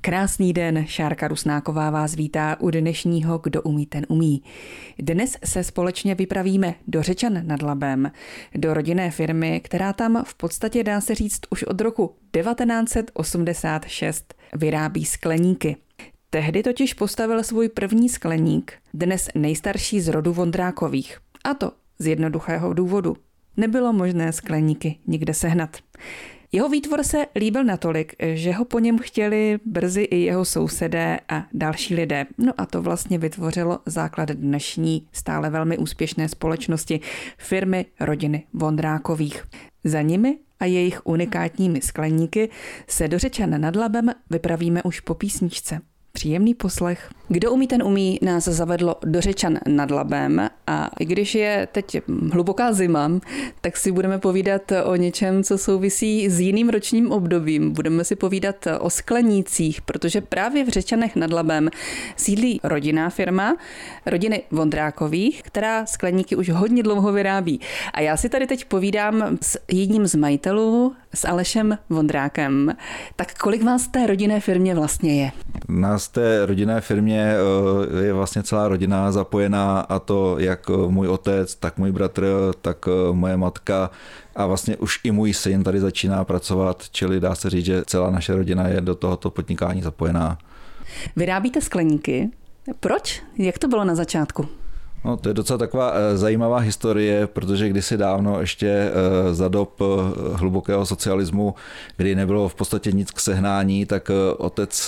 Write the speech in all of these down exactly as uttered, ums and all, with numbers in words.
Krásný den, Šárka Rusnáková vás vítá u dnešního Kdo umí, ten umí. Dnes se společně vypravíme do Řečan nad Labem, do rodinné firmy, která tam v podstatě dá se říct už od roku devatenáct set osmdesát šest vyrábí skleníky. Tehdy totiž postavil svůj první skleník, dnes nejstarší z rodu Vondrákových. A to z jednoduchého důvodu. Nebylo možné skleníky nikde sehnat. Jeho výtvor se líbil natolik, že ho po něm chtěli brzy i jeho sousedé a další lidé. No a to vlastně vytvořilo základ dnešní stále velmi úspěšné společnosti firmy rodiny Vondrákových. Za nimi a jejich unikátními skleníky se do Řečan nad Labem vypravíme už po písničce. Příjemný poslech. Kdo umí, ten umí nás zavedlo do Řečan nad Labem a i když je teď hluboká zima, tak si budeme povídat o něčem, co souvisí s jiným ročním obdobím. Budeme si povídat o sklenících, protože právě v Řečanech nad Labem sídlí rodinná firma rodiny Vondrákových, která skleníky už hodně dlouho vyrábí. A já si tady teď povídám s jedním z majitelů, s Alešem Vondrákem. Tak kolik vás v té rodinné firmě vlastně je? Nás v té rodinné firmě je vlastně celá rodina zapojená, a to jak můj otec, tak můj bratr, tak moje matka a vlastně už i můj syn tady začíná pracovat, čili dá se říct, že celá naše rodina je do tohoto podnikání zapojená. Vyrábíte skleníky. Proč? Jak to bylo na začátku? No, to je docela taková zajímavá historie, protože kdysi dávno ještě za dob hlubokého socialismu, kdy nebylo v podstatě nic k sehnání, tak otec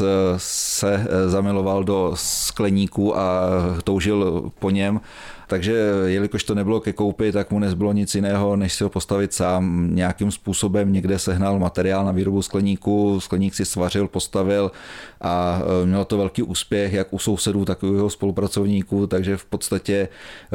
se zamiloval do skleníků a toužil po něm. Takže jelikož to nebylo ke koupi, tak mu nezbylo nic jiného, než si ho postavit sám. Nějakým způsobem někde sehnal materiál na výrobu skleníku, skleník si svařil, postavil a mělo to velký úspěch, jak u sousedů, tak u jeho spolupracovníků, takže v podstatě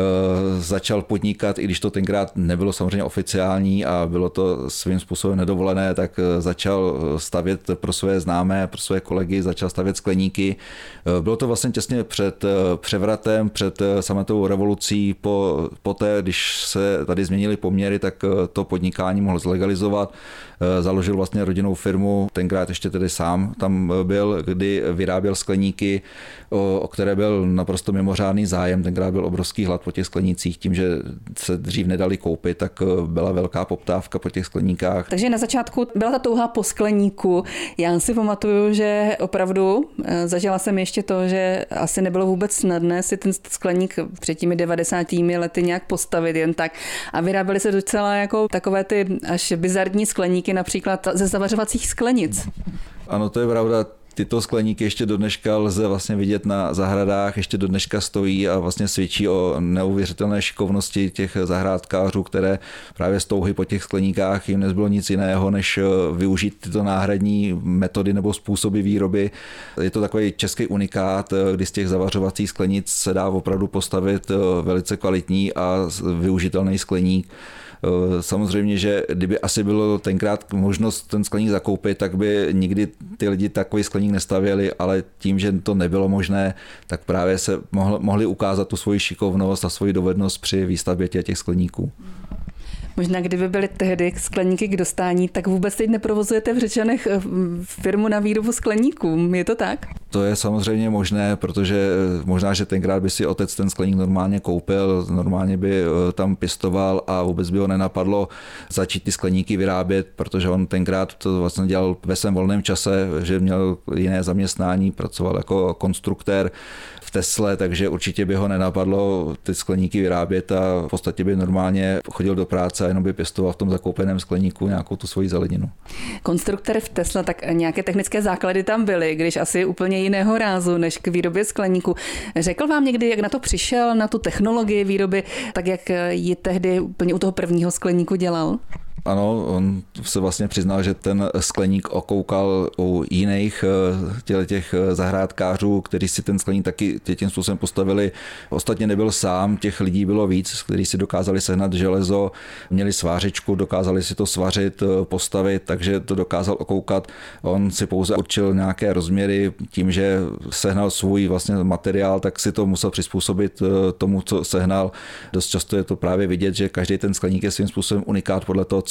začal podnikat, i když to tenkrát nebylo samozřejmě oficiální a bylo to svým způsobem nedovolené, tak začal stavět pro své známé, pro své kolegy, začal stavět skleníky. Bylo to vlastně těsně před převratem, před sametovou revolucí. Po, poté, když se tady změnily poměry, tak to podnikání mohl zlegalizovat. Založil vlastně rodinnou firmu, tenkrát ještě tedy sám tam byl, kdy vyráběl skleníky, o, o které byl naprosto mimořádný zájem. Tenkrát byl obrovský hlad po těch sklenících, tím, že se dřív nedali koupit, tak byla velká poptávka po těch skleníkách. Takže na začátku byla ta touha po skleníku. Já si pamatuju, že opravdu zažila jsem ještě to, že asi nebylo vůbec snadné si ten skleník před těmi devadesátými lety nějak postavit jen tak. A vyráběly se docela jako takové ty až bizarní skleníky, například ze zavařovacích sklenic. Ano, to je pravda. Tyto skleníky ještě do dneška lze vlastně vidět na zahradách, ještě do dneška stojí a vlastně svědčí o neuvěřitelné šikovnosti těch zahrádkářů, které právě z touhy po těch skleníkách jim nezbylo nic jiného, než využít tyto náhradní metody nebo způsoby výroby. Je to takový český unikát, kdy z těch zavařovacích sklenic se dá opravdu postavit velice kvalitní a využitelný skleník. Samozřejmě, že kdyby asi bylo tenkrát možnost ten skleník zakoupit, tak by nikdy ty lidi takový skleník nestavěli, ale tím, že to nebylo možné, tak právě se mohli ukázat tu svoji šikovnost a svoji dovednost při výstavbě těch skleníků. Možná kdyby byly tehdy skleníky k dostání, tak vůbec teď neprovozujete v Řečanech firmu na výrobu skleníků. Je to tak? To je samozřejmě možné, protože možná, že tenkrát by si otec ten skleník normálně koupil, normálně by tam pěstoval a vůbec by ho nenapadlo začít ty skleníky vyrábět, protože on tenkrát to vlastně dělal ve svém volném čase, že měl jiné zaměstnání, pracoval jako konstruktér v Tesle, takže určitě by ho nenapadlo ty skleníky vyrábět a v podstatě by normálně chodil do práce a jenom by pěstoval v tom zakoupeném skleníku nějakou tu svoji zeleninu. Konstruktor v Tesla, tak nějaké technické základy tam byly, když asi úplně jiného rázu než k výrobě skleníku. Řekl vám někdy, jak na to přišel, na tu technologii výroby, tak jak ji tehdy úplně u toho prvního skleníku dělal? Ano, on se vlastně přiznal, že ten skleník okoukal u jiných těch zahrádkářů, kteří si ten skleník taky tím způsobem postavili. Ostatně nebyl sám, těch lidí bylo víc, kteří si dokázali sehnat železo, měli svářičku, dokázali si to svařit, postavit, takže to dokázal okoukat. On si pouze určil nějaké rozměry, tím, že sehnal svůj vlastně materiál, tak si to musel přizpůsobit tomu, co sehnal. Dost často je to právě vidět, že každý ten skleník je svým způsobem unikát podle toho,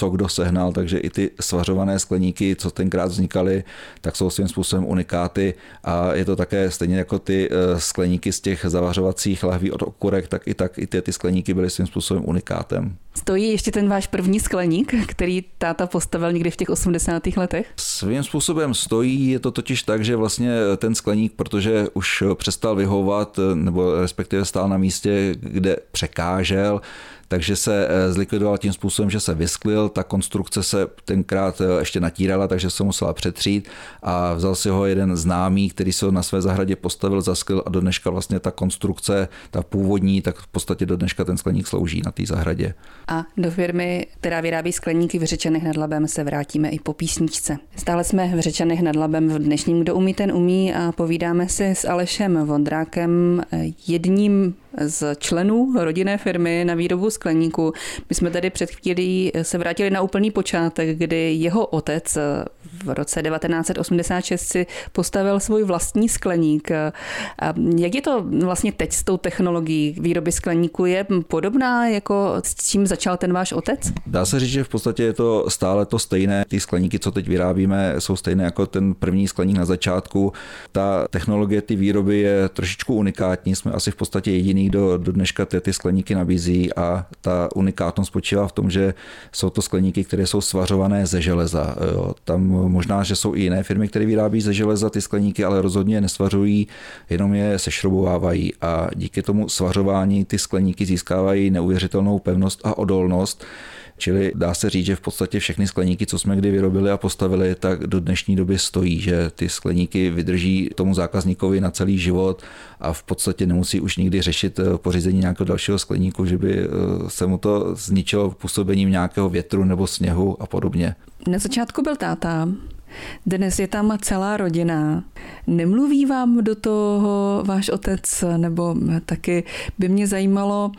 co kdo sehnal, takže i ty svařované skleníky, co tenkrát vznikaly, tak jsou svým způsobem unikáty a je to také stejně jako ty skleníky z těch zavařovacích lahví od okurek, tak i tak i ty, ty skleníky byly svým způsobem unikátem. Stojí ještě ten váš první skleník, který táta postavil někdy v těch osmdesátých letech? Svým způsobem stojí, je to totiž tak, že vlastně ten skleník, protože už přestal vyhovovat, nebo respektive stál na místě, kde překážel, takže se zlikvidoval tím způsobem, že se vysklil, ta konstrukce se tenkrát ještě natírala, takže se musela přetřít a vzal si ho jeden známý, který se ho na své zahradě postavil, zasklil a do dneška vlastně ta konstrukce, ta původní, tak v podstatě do dneška ten skleník slouží na té zahradě. A do firmy, která vyrábí skleníky v Řečanech nad Labem, se vrátíme i po písničce. Stále jsme v Řečanech nad Labem v dnešním Kdo umí, ten umí a povídáme si s Alešem Vondrákem, jedním z členů rodinné firmy na výrobu skleníku. My jsme tady před chvílí se vrátili na úplný počátek, kdy jeho otec v roce devatenáct set osmdesát šest si postavil svůj vlastní skleník. A jak je to vlastně teď s tou technologií výroby skleníku? Je podobná, jako s čím začal ten váš otec? Dá se říct, že v podstatě je to stále to stejné. Ty skleníky, co teď vyrábíme, jsou stejné jako ten první skleník na začátku. Ta technologie ty výroby je trošičku unikátní. Jsme asi v podstatě jediný, kdo do dneška ty, ty skleníky nabízí a ta unikátnost spočívá v tom, že jsou to skleníky, které jsou svařované ze železa. Jo. Tam možná, že jsou i jiné firmy, které vyrábí ze železa ty skleníky, ale rozhodně je nesvařují, jenom je sešrobovávají a díky tomu svařování ty skleníky získávají neuvěřitelnou pevnost a odolnost. Čili dá se říct, že v podstatě všechny skleníky, co jsme kdy vyrobili a postavili, tak do dnešní doby stojí, že ty skleníky vydrží tomu zákazníkovi na celý život a v podstatě nemusí už nikdy řešit pořízení nějakého dalšího skleníku, že by se mu to zničilo působením nějakého větru nebo sněhu a podobně. Na začátku byl táta. Dnes je tam celá rodina. Nemluví vám do toho váš otec, nebo taky by mě zajímalo,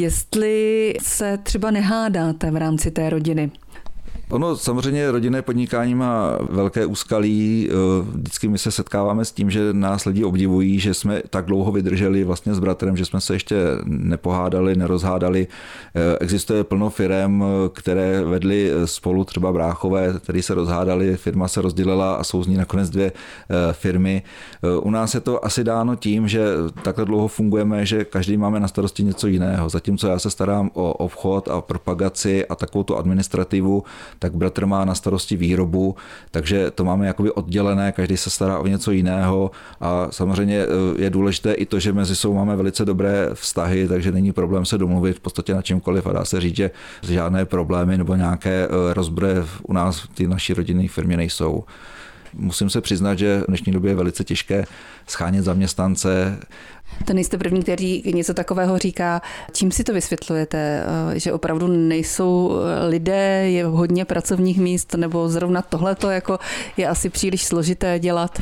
jestli se třeba nehádáte v rámci té rodiny? Ono samozřejmě rodinné podnikání má velké úskalí. Vždycky my se setkáváme s tím, že nás lidi obdivují, že jsme tak dlouho vydrželi vlastně s bratrem, že jsme se ještě nepohádali, nerozhádali. Existuje plno firem, které vedly spolu, třeba bráchové, které se rozhádali, firma se rozdělila a jsou z ní nakonec dvě firmy. U nás je to asi dáno tím, že takhle dlouho fungujeme, že každý máme na starosti něco jiného. Zatímco já se starám o obchod a propagaci a takovou tu administrativu, tak bratr má na starosti výrobu, takže to máme jakoby oddělené, každý se stará o něco jiného a samozřejmě je důležité i to, že mezi sebou máme velice dobré vztahy, takže není problém se domluvit v podstatě na čemkoliv a dá se říct, že žádné problémy nebo nějaké rozbroje u nás v té naší rodinné firmě nejsou. Musím se přiznat, že v dnešní době je velice těžké schánět zaměstnance. To nejste první, který něco takového říká. Čím si to vysvětlujete? Že opravdu nejsou lidé, je hodně pracovních míst, nebo zrovna tohleto jako je asi příliš složité dělat?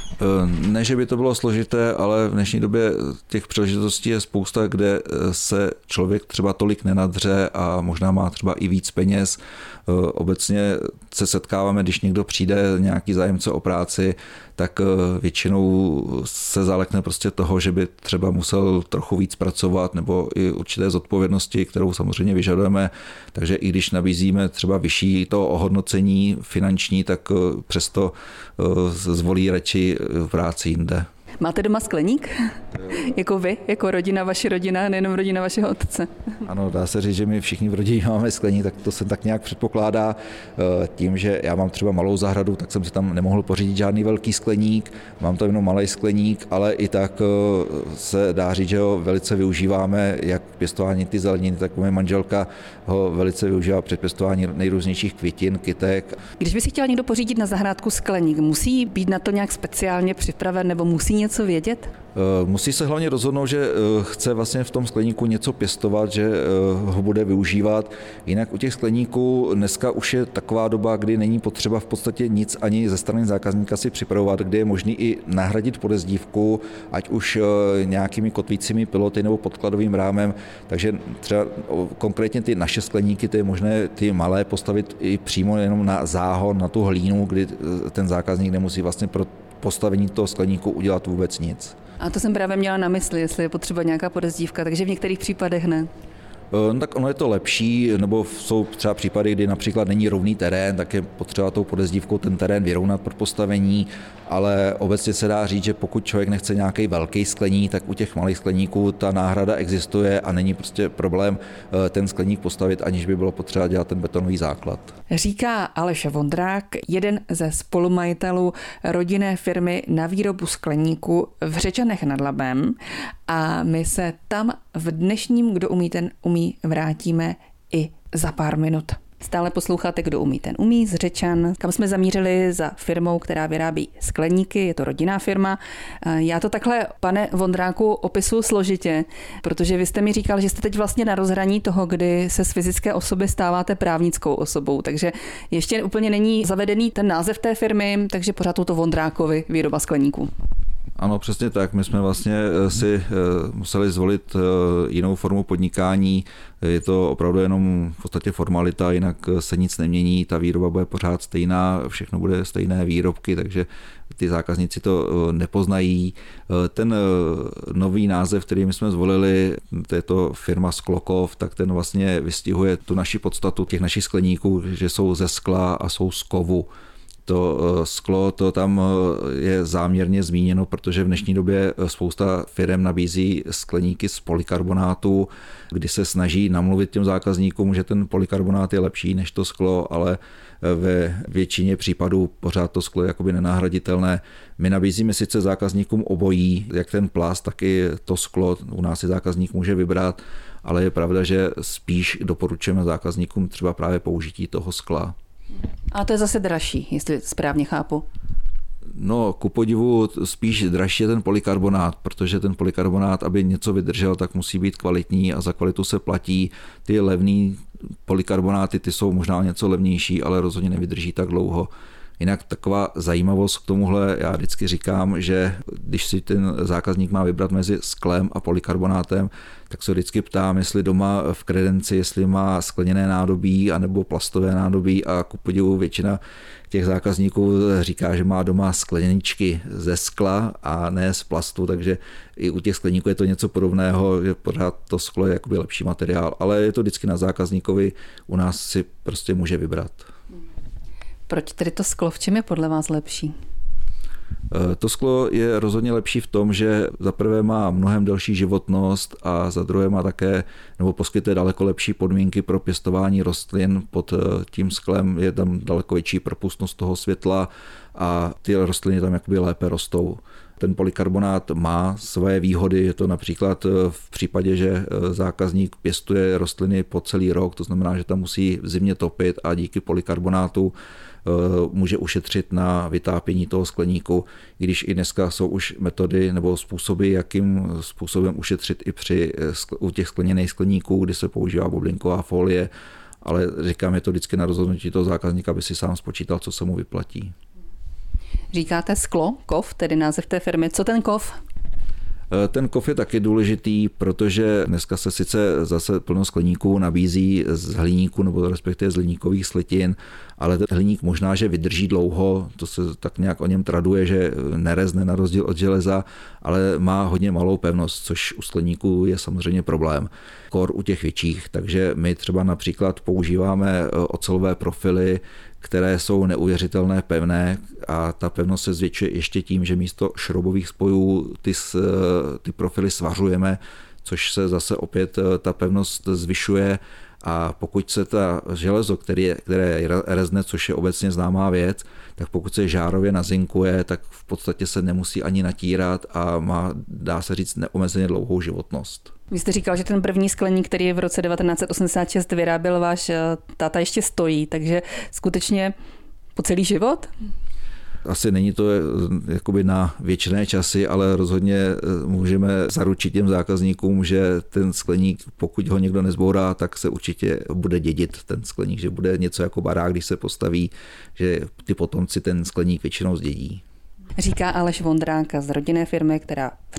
Ne, že by to bylo složité, ale v dnešní době těch příležitostí je spousta, kde se člověk třeba tolik nenadře a možná má třeba i víc peněz. Obecně se setkáváme, když někdo přijde, nějaký zájemce o práci, tak většinou se zalekne prostě toho, že by třeba musel trochu víc pracovat nebo i určité zodpovědnosti, kterou samozřejmě vyžadujeme. Takže i když nabízíme třeba vyšší to ohodnocení finanční, tak přesto zvolí radši práci jinde. Máte doma skleník? Jako vy, jako rodina, vaše rodina, nejenom rodina vašeho otce. Ano, dá se říct, že my všichni v rodině máme skleník, tak to se tak nějak předpokládá. Tím, že já mám třeba malou zahradu, tak jsem si tam nemohl pořídit žádný velký skleník, mám tam jenom malý skleník, ale i tak se dá říct, že ho velice využíváme, jak pěstování ty zeleniny, tak moje manželka ho velice využívá při pěstování nejrůznějších květin, kytek. Když by si chtěl někdo pořídit na zahrádku skleník, musí být na to nějak speciálně připraven nebo musí něco vědět? Musí se hlavně rozhodnout, že chce vlastně v tom skleníku něco pěstovat, že ho bude využívat. Jinak u těch skleníků dneska už je taková doba, kdy není potřeba v podstatě nic ani ze strany zákazníka si připravovat, kdy je možný i nahradit podezdívku, ať už nějakými kotvícími piloty nebo podkladovým rámem. Takže třeba konkrétně ty naše skleníky, ty je možné ty malé postavit i přímo jenom na záhon, na tu hlínu, kdy ten zákazník nemusí vlastně pro postavení toho skleníku udělat vůbec nic. A to jsem právě měla na mysli, jestli je potřeba nějaká podezdívka, takže v některých případech ne. No tak ono je to lepší, nebo jsou třeba případy, kdy například není rovný terén, tak je potřeba tou podezdívkou ten terén vyrovnat pro postavení, ale obecně se dá říct, že pokud člověk nechce nějaký velký skleník, tak u těch malých skleníků ta náhrada existuje a není prostě problém ten skleník postavit, aniž by bylo potřeba dělat ten betonový základ. Říká Aleš Vondrák, jeden ze spolumajitelů rodinné firmy na výrobu skleníku v Řečanech nad Labem, a my se tam v dnešním Kdo umí, ten umí vrátíme i za pár minut. Stále posloucháte Kdo umí, ten umí z Řečan, kam jsme zamířili za firmou, která vyrábí skleníky, je to rodinná firma. Já to takhle, pane Vondráku, opisuju složitě, protože vy jste mi říkal, že jste teď vlastně na rozhraní toho, kdy se z fyzické osoby stáváte právnickou osobou, takže ještě úplně není zavedený ten název té firmy, takže pořád to Vondrákovi výroba skleníků. Ano, přesně tak. My jsme vlastně si museli zvolit jinou formu podnikání. Je to opravdu jenom v podstatě formalita, jinak se nic nemění, ta výroba bude pořád stejná, všechno bude stejné výrobky, takže ty zákazníci to nepoznají. Ten nový název, který my jsme zvolili, to je to firma Sklokov, tak ten vlastně vystihuje tu naši podstatu těch našich skleníků, že jsou ze skla a jsou z kovu. To sklo, to tam je záměrně zmíněno, protože v dnešní době spousta firem nabízí skleníky z polykarbonátu, kdy se snaží namluvit těm zákazníkům, že ten polykarbonát je lepší než to sklo, ale ve většině případů pořád to sklo je jakoby nenahraditelné. My nabízíme sice zákazníkům obojí, jak ten plast, tak i to sklo, u nás si zákazník může vybrat, ale je pravda, že spíš doporučujeme zákazníkům třeba právě použití toho skla. A to je zase dražší, jestli správně chápu. No, ku podivu spíš dražší je ten polykarbonát, protože ten polykarbonát, aby něco vydržel, tak musí být kvalitní a za kvalitu se platí. Ty levný polykarbonáty, ty jsou možná něco levnější, ale rozhodně nevydrží tak dlouho. Jinak taková zajímavost k tomuhle, já vždycky říkám, že když si ten zákazník má vybrat mezi sklem a polykarbonátem, tak se vždycky ptám, jestli doma v kredenci, jestli má skleněné nádobí anebo plastové nádobí, a ku podivu většina těch zákazníků říká, že má doma skleničky ze skla a ne z plastu, takže i u těch skleníků je to něco podobného, že pořád to sklo je jakoby lepší materiál, ale je to vždycky na zákazníkovi, u nás si prostě může vybrat. Proč tedy to sklo, v čem je podle vás lepší? To sklo je rozhodně lepší v tom, že za prvé má mnohem delší životnost a za druhé má také, nebo poskytuje daleko lepší podmínky pro pěstování rostlin. Pod tím sklem je tam daleko větší propustnost toho světla a ty rostliny tam jakoby lépe rostou. Ten polykarbonát má své výhody, je to například v případě, že zákazník pěstuje rostliny po celý rok, to znamená, že tam musí v zimě topit a díky polykarbonátu může ušetřit na vytápění toho skleníku, i když i dneska jsou už metody nebo způsoby, jakým způsobem ušetřit i při u těch skleněných skleníků, kdy se používá bublinková folie, ale říkám, je to vždycky na rozhodnutí toho zákazníka, aby si sám spočítal, co se mu vyplatí. Říkáte sklo, kov, tedy název té firmy. Co ten kov? Ten kov je taky důležitý, protože dneska se sice zase plno skleníků nabízí z hliníku nebo respektive z hliníkových slitin, ale ten hliník možná, že vydrží dlouho, to se tak nějak o něm traduje, že nerezne na rozdíl od železa, ale má hodně malou pevnost, což u skleníků je samozřejmě problém. Kor u těch větších, takže my třeba například používáme ocelové profily, které jsou neuvěřitelné pevné a ta pevnost se zvětšuje ještě tím, že místo šroubových spojů ty, ty profily svařujeme, což se zase opět ta pevnost zvyšuje, a pokud se ta železo, které je, které je rezne, což je obecně známá věc, tak pokud se žárově nazinkuje, tak v podstatě se nemusí ani natírat a má, dá se říct, neomezeně dlouhou životnost. Vy jste říkal, že ten první skleník, který v roce devatenáct set osmdesát šest vyráběl váš táta, ještě stojí, takže skutečně po celý život? Asi není to jakoby na věčné časy, ale rozhodně můžeme zaručit těm zákazníkům, že ten skleník, pokud ho někdo nezbourá, tak se určitě bude dědit ten skleník, že bude něco jako barák, když se postaví, že ty potomci ten skleník většinou zdědí. Říká Aleš Vondrák z rodinné firmy, která v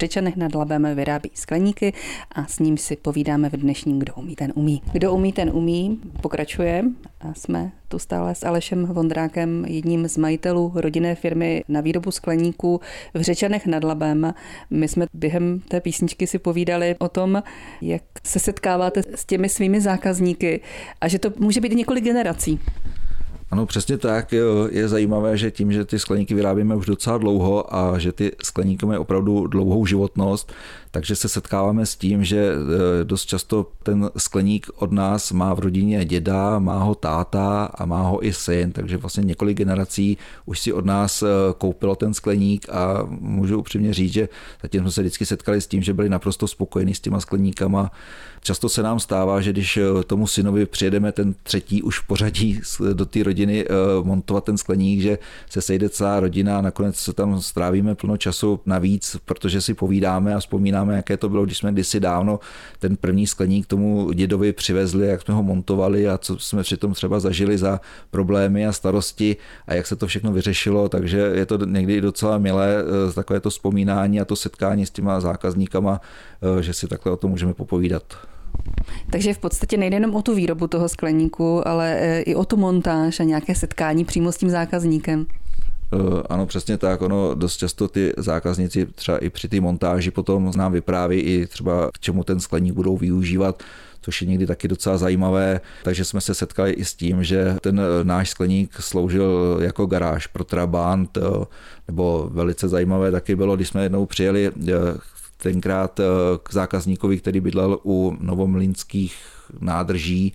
Řečanech nad Labem vyrábí skleníky a s ním si povídáme v dnešním Kdo umí, ten umí. Kdo umí, ten umí, pokračuje a jsme tu stále s Alešem Vondrákem, jedním z majitelů rodinné firmy na výrobu skleníků v Řečanech nad Labem. My jsme během té písničky si povídali o tom, jak se setkáváte s těmi svými zákazníky a že to může být několik generací. Ano, přesně tak. Je zajímavé, že tím, že ty skleníky vyrábíme už docela dlouho a že ty skleníky mají opravdu dlouhou životnost, takže se setkáváme s tím, že dost často ten skleník od nás má v rodině děda, má ho táta a má ho i syn, takže vlastně několik generací už si od nás koupilo ten skleník a můžu upřímně říct, že zatím jsme se vždycky setkali s tím, že byli naprosto spokojení s těma skleníkama. Často se nám stává, že když tomu synovi přijedeme ten třetí už v pořadí do té rodiny montovat ten skleník, že se sejde celá rodina a nakonec se tam strávíme plno času navíc, protože si povídáme a vzpomínáme, jaké to bylo, když jsme kdysi dávno ten první skleník tomu dědovi přivezli, jak jsme ho montovali a co jsme přitom třeba zažili za problémy a starosti a jak se to všechno vyřešilo, takže je to někdy docela milé takové to vzpomínání a to setkání s těma zákazníkama, že si takhle o tom můžeme popovídat. Takže v podstatě nejde jenom o tu výrobu toho skleníku, ale i o tu montáž a nějaké setkání přímo s tím zákazníkem. Ano, přesně tak. Ono dost často ty zákazníci třeba i při té montáži potom nám vypráví i třeba k čemu ten skleník budou využívat, což je někdy taky docela zajímavé. Takže jsme se setkali i s tím, že ten náš skleník sloužil jako garáž pro trabant, nebo velice zajímavé taky bylo, když jsme jednou přijeli tenkrát k zákazníkovi, který bydlel u Novomlýnských nádrží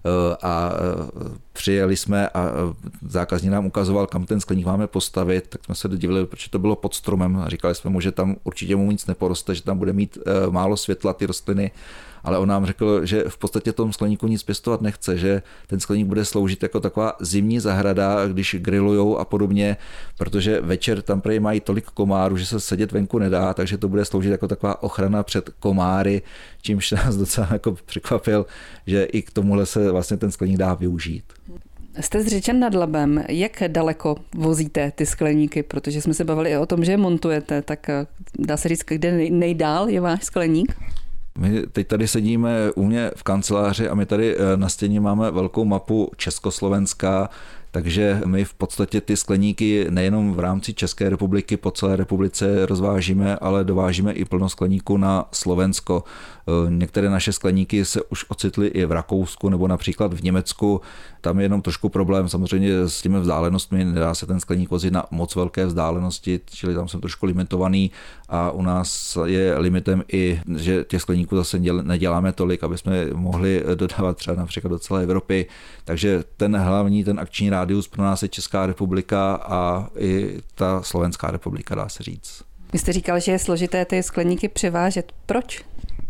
a přijeli jsme a zákazník nám ukazoval, kam ten skleník máme postavit, tak jsme se dodivili, protože to bylo pod stromem a říkali jsme mu, že tam určitě mu nic neporoste, že tam bude mít málo světla ty rostliny, ale on nám řekl, že v podstatě v tom skleníku nic pěstovat nechce, že ten skleník bude sloužit jako taková zimní zahrada, když grillujou a podobně, protože večer tam prý mají tolik komárů, že se sedět venku nedá, takže to bude sloužit jako taková ochrana před komáry, čímž nás docela jako překvapil, že i k tomuhle se vlastně ten skleník dá využít. Jste z Řečan nad Labem. Jak daleko vozíte ty skleníky? Protože jsme se bavili i o tom, že je montujete, tak dá se říct, kde nejdál je váš skleník? My teď tady sedíme u mě v kanceláři a my tady na stěně máme velkou mapu Československa, takže my v podstatě ty skleníky nejenom v rámci České republiky po celé republice rozvážíme, ale dovážíme i plno skleníků na Slovensko. Některé naše skleníky se už ocitly i v Rakousku nebo například v Německu. Tam je jenom trošku problém samozřejmě s těmi vzdálenostmi, nedá se ten skleník vozit na moc velké vzdálenosti, čili tam jsem trošku limitovaný a u nás je limitem i, že těch skleníků zase neděláme tolik, aby jsme mohli dodávat třeba například do celé Evropy. Takže ten hlavní, ten akční rádius pro nás je Česká republika a i ta Slovenská republika, dá se říct. Vy jste říkal, že je složité ty skleníky převážet. Proč?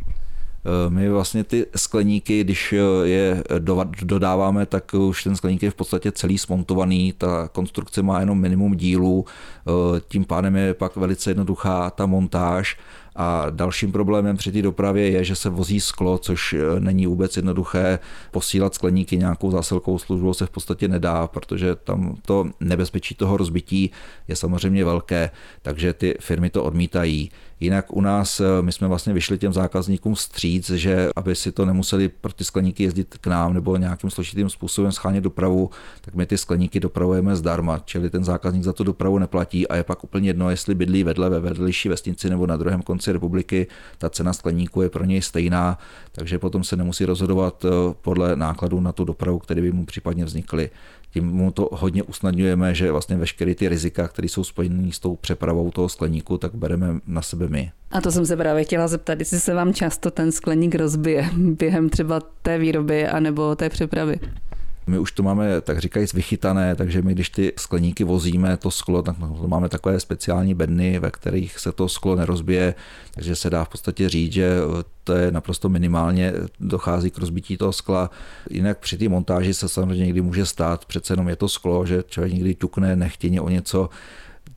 My vlastně ty skleníky, když je dodáváme, tak už ten skleník je v podstatě celý smontovaný, ta konstrukce má jenom minimum dílů, tím pádem je pak velice jednoduchá ta montáž. A dalším problémem při té dopravě je, že se vozí sklo, což není vůbec jednoduché. Posílat skleníky nějakou zásilkovou službou se v podstatě nedá, protože tam to nebezpečí toho rozbití je samozřejmě velké, takže ty firmy to odmítají. Jinak u nás my jsme vlastně vyšli těm zákazníkům vstříc, že aby si to nemuseli pro ty skleníky jezdit k nám nebo nějakým složitým způsobem schánět dopravu, tak my ty skleníky dopravujeme zdarma, čili ten zákazník za tu dopravu neplatí a je pak úplně jedno, jestli bydlí vedle ve vedlejší vesnici nebo na druhém konci republiky, ta cena skleníku je pro něj stejná, takže potom se nemusí rozhodovat podle nákladů na tu dopravu, které by mu případně vznikly. Tím mu to hodně usnadňujeme, že vlastně veškeré ty rizika, které jsou spojené s tou přepravou toho skleníku, tak bereme na sebe my. A to jsem se právě chtěla zeptat, jestli se vám často ten skleník rozbije během třeba té výroby anebo té přepravy. My už to máme, tak říkajíc, vychytané, takže my, když ty skleníky vozíme, to sklo, tak máme takové speciální bedny, ve kterých se to sklo nerozbije, takže se dá v podstatě říct, že to je naprosto minimálně, dochází k rozbití toho skla. Jinak při té montáži se samozřejmě někdy může stát, přece jenom je to sklo, že člověk někdy ťukne nechtěně o něco,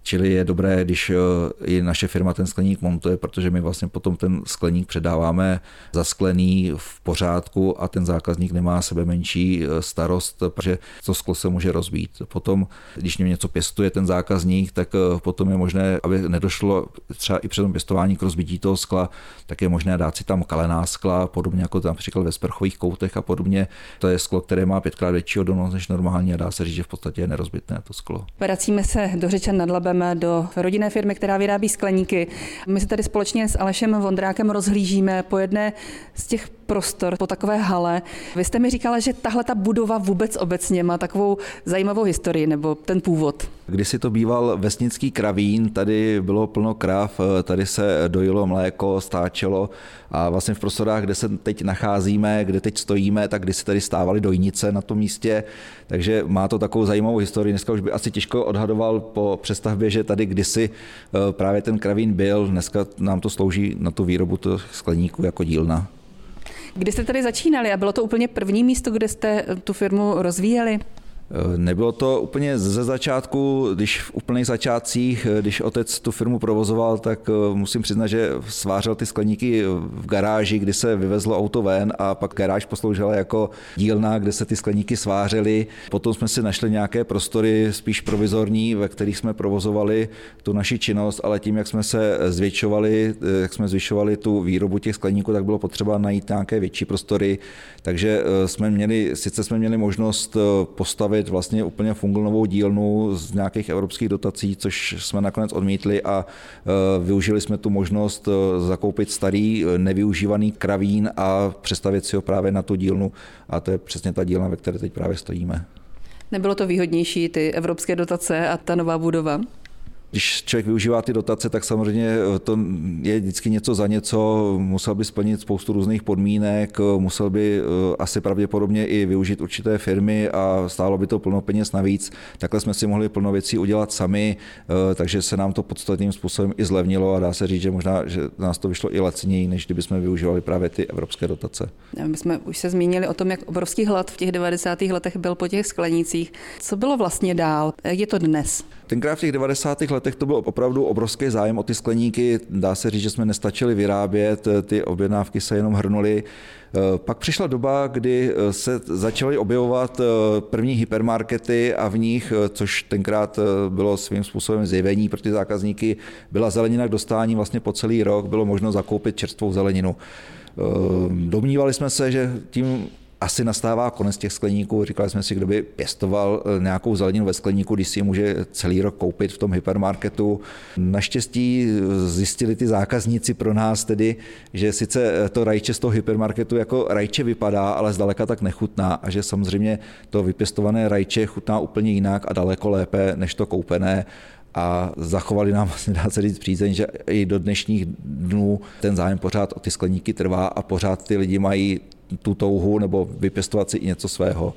Čili je dobré, když i naše firma ten skleník montuje, protože my vlastně potom ten skleník předáváme zasklený v pořádku a ten zákazník nemá sebe menší starost, protože to sklo se může rozbít. Potom, když něm něco pěstuje ten zákazník, tak potom je možné, aby nedošlo třeba i při tom pěstování k rozbití toho skla, tak je možné dát si tam kalená skla, podobně jako tam například ve sprchových koutech a podobně. To je sklo, které má pětkrát větší odolnost než normální a dá se říct, že v podstatě je nerozbitné to sklo. Vracíme se do Řečan nad Labem, do rodinné firmy, která vyrábí skleníky. My se tady společně s Alešem Vondrákem rozhlížíme po jedné z těch prostor, po takové hale. Vy jste mi říkala, že tahle ta budova vůbec obecně má takovou zajímavou historii, nebo ten původ. Kdysi to býval vesnický kravín, tady bylo plno krav, tady se dojilo mléko, stáčelo a vlastně v prostorách, kde se teď nacházíme, kde teď stojíme, tak kdysi tady stávaly dojnice na tom místě, takže má to takovou zajímavou historii. Dneska už by asi těžko odhadoval po přestavbě, že tady kdysi právě ten kravín byl, dneska nám to slouží na tu výrobu toho skleníku jako dílna. Kdy jste tady začínali a bylo to úplně první místo, kde jste tu firmu rozvíjeli? Nebylo to úplně ze začátku, když v úplných začátcích, když otec tu firmu provozoval, tak musím přiznat, že svářel ty skleníky v garáži, kdy se vyvezlo auto ven a pak garáž posloužila jako dílna, kde se ty skleníky svářely. Potom jsme si našli nějaké prostory spíš provizorní, ve kterých jsme provozovali tu naši činnost, ale tím, jak jsme se zvětšovali, jak jsme zvyšovali tu výrobu těch skleníků, tak bylo potřeba najít nějaké větší prostory. Takže jsme měli, sice jsme měli možnost postavit vlastně úplně fungovou dílnu z nějakých evropských dotací, což jsme nakonec odmítli a využili jsme tu možnost zakoupit starý nevyužívaný kravín a přestavět si ho právě na tu dílnu a to je přesně ta dílna, ve které teď právě stojíme. Nebylo to výhodnější, ty evropské dotace a ta nová budova? Když člověk využívá ty dotace, tak samozřejmě to je vždycky něco za něco, musel by splnit spoustu různých podmínek, musel by asi pravděpodobně i využít určité firmy a stálo by to plno peněz navíc. Takhle jsme si mohli plno věcí udělat sami, takže se nám to podstatným způsobem i zlevnilo a dá se říct, že možná že nás to vyšlo i laciněji, než kdyby jsme využívali právě ty evropské dotace. My jsme už se zmínili o tom, jak obrovský hlad v těch devadesátých letech byl po těch sklenících. Co bylo vlastně dál? Jak je to dnes? Tenkrát v těch devadesátých letech to byl opravdu obrovský zájem o ty skleníky. Dá se říct, že jsme nestačili vyrábět, ty objednávky se jenom hrnuly. Pak přišla doba, kdy se začaly objevovat první hypermarkety a v nich, což tenkrát bylo svým způsobem zjevení pro ty zákazníky, byla zelenina k dostání vlastně po celý rok, bylo možno zakoupit čerstvou zeleninu. Domnívali jsme se, že tím asi nastává konec těch skleníků. Říkali jsme si, kdo by pěstoval nějakou zeleninu ve skleníku, když si ji může celý rok koupit v tom hypermarketu. Naštěstí zjistili ty zákazníci pro nás tedy, že sice to rajče z toho hypermarketu jako rajče vypadá, ale zdaleka tak nechutná a že samozřejmě to vypěstované rajče chutná úplně jinak a daleko lépe než to koupené. A zachovali nám, vlastně dá se říct, přízeň, že i do dnešních dnů ten zájem pořád o ty skleníky trvá a pořád ty lidi mají tu touhu nebo vypěstovat si i něco svého.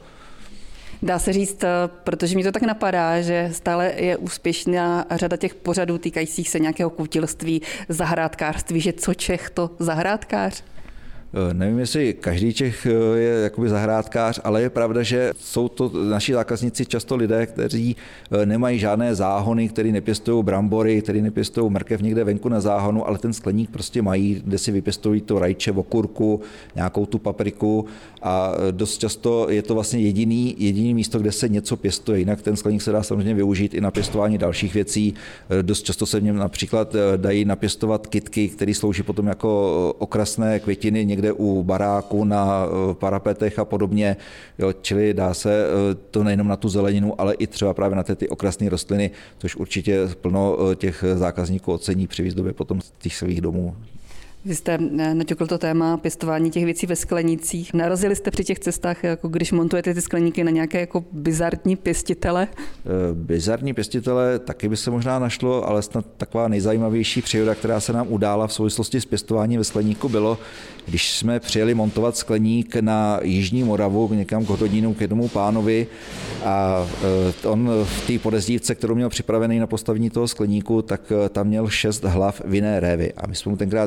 Dá se říct, protože mi to tak napadá, že stále je úspěšná řada těch pořadů týkajících se nějakého kutilství, zahrádkářství, že co Čech, to zahrádkář? Nevím, jestli každý Čech je jakoby zahrádkář, ale je pravda, že jsou to naši zákazníci často lidé, kteří nemají žádné záhony, kteří nepěstují brambory, kteří nepěstují mrkev někde venku na záhonu, ale ten skleník prostě mají, kde si vypěstují to rajče, okurku, nějakou tu papriku a dost často je to vlastně jediný, jediný místo, kde se něco pěstuje. Jinak ten skleník se dá samozřejmě využít i na pěstování dalších věcí. Dost často se v něm například dají napěstovat kytky, které slouží potom jako okrasné květiny někde u baráku, na parapetech a podobně. Jo, čili dá se to nejenom na tu zeleninu, ale i třeba právě na ty, ty okrasné rostliny, což určitě plno těch zákazníků ocení při výzdobě potom z těch svých domů. Vy jste naťukl to téma pěstování těch věcí ve sklenících. Narazili jste při těch cestách, jako když montujete ty skleníky, na nějaké jako bizarní pěstitele? Bizarní pěstitele taky by se možná našlo, ale snad taková nejzajímavější příhoda, která se nám udála v souvislosti s pěstováním ve skleníku, bylo, když jsme přijeli montovat skleník na Jižní Moravu, někam k Hodonínu, k jednomu pánovi a on v té podezdívce, kterou měl připravený na postavení toho skleníku, tak tam měl šest hlav vinné révy. A my jsme mu tenkrát říkali,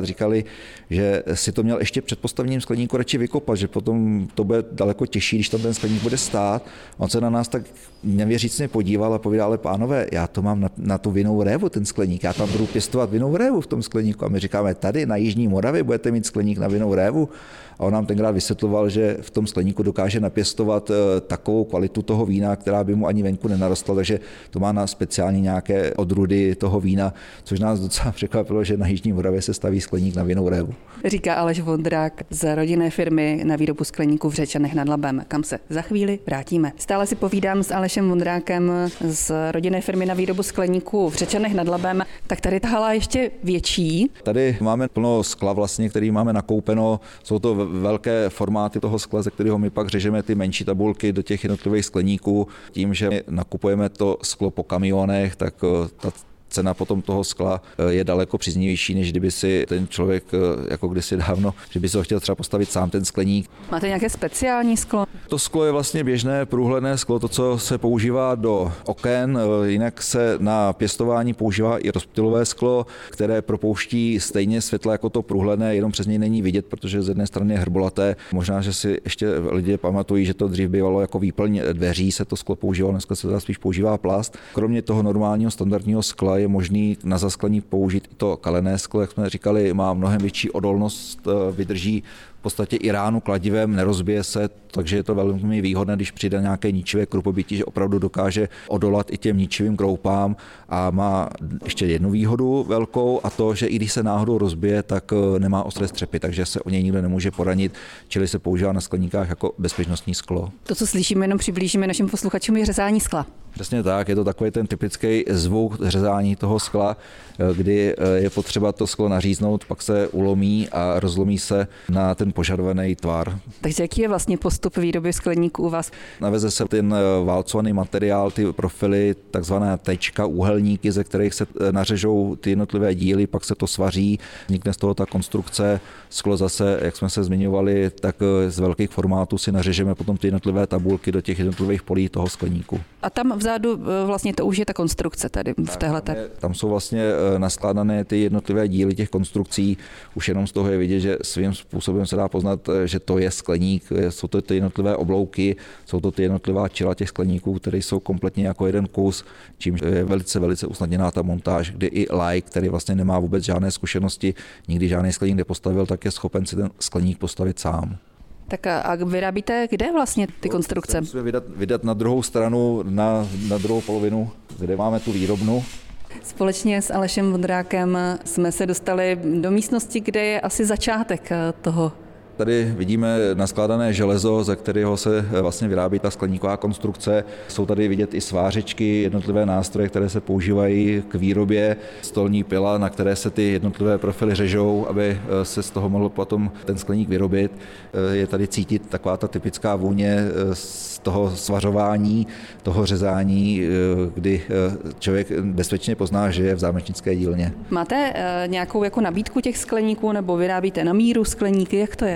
říkali, že si to měl ještě před postavením skleníku radši vykopat, že potom to bude daleko těžší, když tam ten skleník bude stát. On se na nás tak nevěřícně podíval a povídal, ale pánové, já to mám na, na tu vinnou révu, ten skleník, já tam budu pěstovat vinnou révu v tom skleníku. A my říkáme, tady na Jižní Moravě budete mít skleník na vinnou révu. A on nám tenkrát vysvětloval, že v tom skleníku dokáže napěstovat takovou kvalitu toho vína, která by mu ani venku nenarostla, takže to má na speciální nějaké odrůdy toho vína, což nás docela překvapilo, že na Jižní Moravě se staví skleník na vinnou révu. Říká Aleš Vondrák z rodinné firmy na výrobu skleníků v Řečanech nad Labem, kam se za chvíli vrátíme. Stále si povídám s Alešem Vondrákem z rodinné firmy na výrobu skleníků v Řečanech nad Labem. Tak tady ta hala ještě větší. Tady máme plno skla vlastně, který máme nakoupeno. Jsou to velké formáty toho skla, ze kterého my pak řežeme ty menší tabulky do těch jednotlivých skleníků. Tím, že nakupujeme to sklo po kamionech, tak ta cena potom toho skla je daleko příznivější, než kdyby si ten člověk, jako kdysi dávno, že by si ho chtěl třeba postavit sám ten skleník. Máte nějaké speciální sklo? To sklo je vlastně běžné průhledné sklo, to, co se používá do oken, jinak se na pěstování používá i rozptylové sklo, které propouští stejně světla jako to průhledné, jenom přes něj není vidět, protože z jedné strany je hrbolaté. Možná, že si ještě lidé pamatují, že to dřív bývalo jako výplň dveří, se to sklo používalo, dneska se teda spíš používá plast. Kromě toho normálního standardního skla je možný na zasklení použít i to kalené sklo, jak jsme říkali, má mnohem větší odolnost, vydrží v podstatě i ránu kladivem, nerozbije se, takže je to velmi výhodné, když přijde nějaké ničivé krupobytí, že opravdu dokáže odolat i těm ničivým kroupám a má ještě jednu výhodu velkou a to, že i když se náhodou rozbije, tak nemá ostré střepy, takže se o něj nikdo nemůže poranit, čili se používá na skleníkách jako bezpečnostní sklo. To, co slyšíme, jenom přiblížíme našim posluchačům, je řezání skla. Přesně tak, je to takový ten typický zvuk řezání toho skla, kdy je potřeba to sklo naříznout, pak se ulomí a rozlomí se na ten požadovaný tvar. Takže jaký je vlastně postup výroby skleníků u vás? Naveze se ten válcovaný materiál, ty profily, takzvané tečka, úhelníky, ze kterých se nařežou ty jednotlivé díly, pak se to svaří, vznikne z toho ta konstrukce. Sklo zase, jak jsme se zmiňovali, tak z velkých formátů si nařežeme potom ty jednotlivé tabulky do těch jednotlivých polí toho skleníku. A tam vzadu vlastně to už je ta konstrukce tady v téhle. Tam, je, tam jsou vlastně naskládané ty jednotlivé díly těch konstrukcí. Už jenom z toho je vidět, že svým způsobem se dá poznat, že to je skleník. Jsou to ty jednotlivé oblouky, jsou to ty jednotlivá čela těch skleníků, které jsou kompletně jako jeden kus, čímž je velice, velice usnadněná ta montáž, kdy i laik, který vlastně nemá vůbec žádné zkušenosti, nikdy žádný skleník nepostavil, tak je schopen si ten skleník postavit sám. Tak a vyrábíte kde vlastně ty konstrukce? Musíme vydat, vydat na druhou stranu, na, na druhou polovinu, kde máme tu výrobnu. Společně s Alešem Vondrákem jsme se dostali do místnosti, kde je asi začátek toho. Tady vidíme naskládané železo, ze kterého se vlastně vyrábí ta skleníková konstrukce. Jsou tady vidět i svářečky, jednotlivé nástroje, které se používají k výrobě, stolní pila, na které se ty jednotlivé profily řežou, aby se z toho mohl potom ten skleník vyrobit. Je tady cítit taková ta typická vůně z toho svařování, toho řezání, kdy člověk bezpečně pozná, že je v zámečnické dílně. Máte nějakou jako nabídku těch skleníků nebo vyrábíte na míru skleníky, jak to je?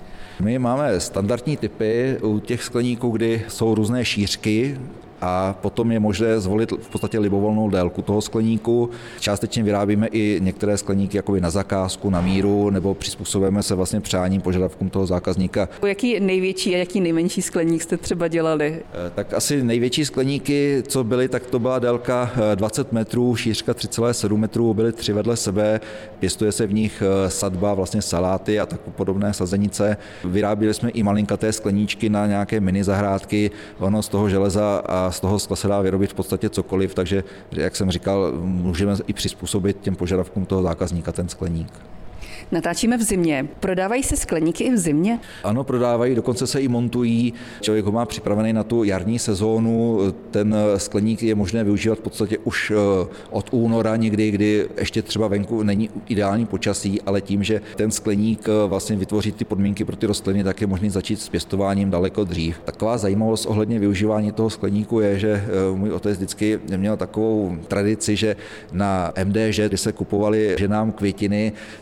My máme standardní typy u těch skleníků, kdy jsou různé šířky a potom je možné zvolit v podstatě libovolnou délku toho skleníku. Částečně vyrábíme i některé skleníky jakoby na zakázku, na míru, nebo přizpůsobujeme se vlastně přáním, požadavkům toho zákazníka. Jaký největší a jaký nejmenší skleník jste třeba dělali? Tak asi největší skleníky, co byly, tak to byla délka dvacet metrů, šířka tři celé sedm metrů, byly tři vedle sebe, pěstuje se v nich sadba, vlastně saláty a tak podobné sazenice. Vyráběli jsme i malinkaté skleníčky na nějaké mini zahrádky, ono z toho železa a z toho skla se dá vyrobit v podstatě cokoliv, takže, jak jsem říkal, můžeme i přizpůsobit těm požadavkům toho zákazníka ten skleník. Natáčíme v zimě. Prodávají se skleníky i v zimě? Ano, prodávají, dokonce se i montují. Člověk ho má připravený na tu jarní sezónu. Ten skleník je možné využívat v podstatě už od února někdy, kdy ještě třeba venku není ideální počasí, ale tím, že ten skleník vlastně vytvoří ty podmínky pro ty rostliny, tak je možné začít s pěstováním daleko dřív. Taková zajímavost ohledně využívání toho skleníku je, že můj otec vždycky měl takovou tradici, že na em dé žé, kdy se kupovaly ženám květiny, tak můj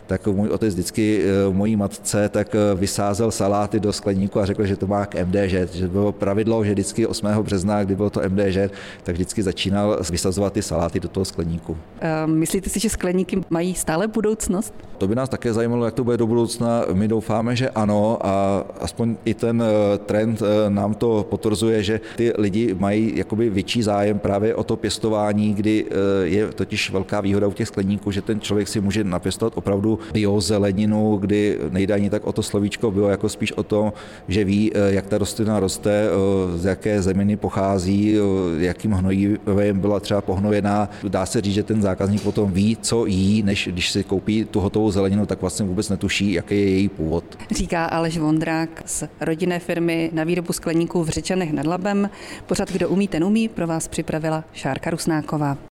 otec vždycky mojí matce tak vysázel saláty do skleníku a řekl, že to má k em dé žé, že bylo pravidlo, že vždycky osmého března, kdy bylo to em dé žé, tak vždycky začínal vysazovat ty saláty do toho skleníku. Myslíte si, že skleníky mají stále budoucnost? To by nás také zajímalo, jak to bude do budoucna. My doufáme, že ano a aspoň i ten trend nám to potvrzuje, že ty lidi mají jakoby větší zájem právě o to pěstování, kdy je totiž velká výhoda u těch skleníků, že ten člověk si může napěstovat opravdu biozeleninu, kdy nejde ani tak o to slovíčko bio, jako spíš o to, že ví, jak ta rostlina roste, z jaké zeminy pochází, jakým hnojivem byla třeba pohnojená. Dá se říct, že ten zákazník potom ví, co jí, než když si koupí tu hotovou zeleninu, tak vlastně vůbec netuší, jaký je její původ. Říká Aleš Vondrák z rodinné firmy na výrobu skleníků v Řečanech nad Labem. Pořad Kdo umí, ten umí pro vás připravila Šárka Rusnáková.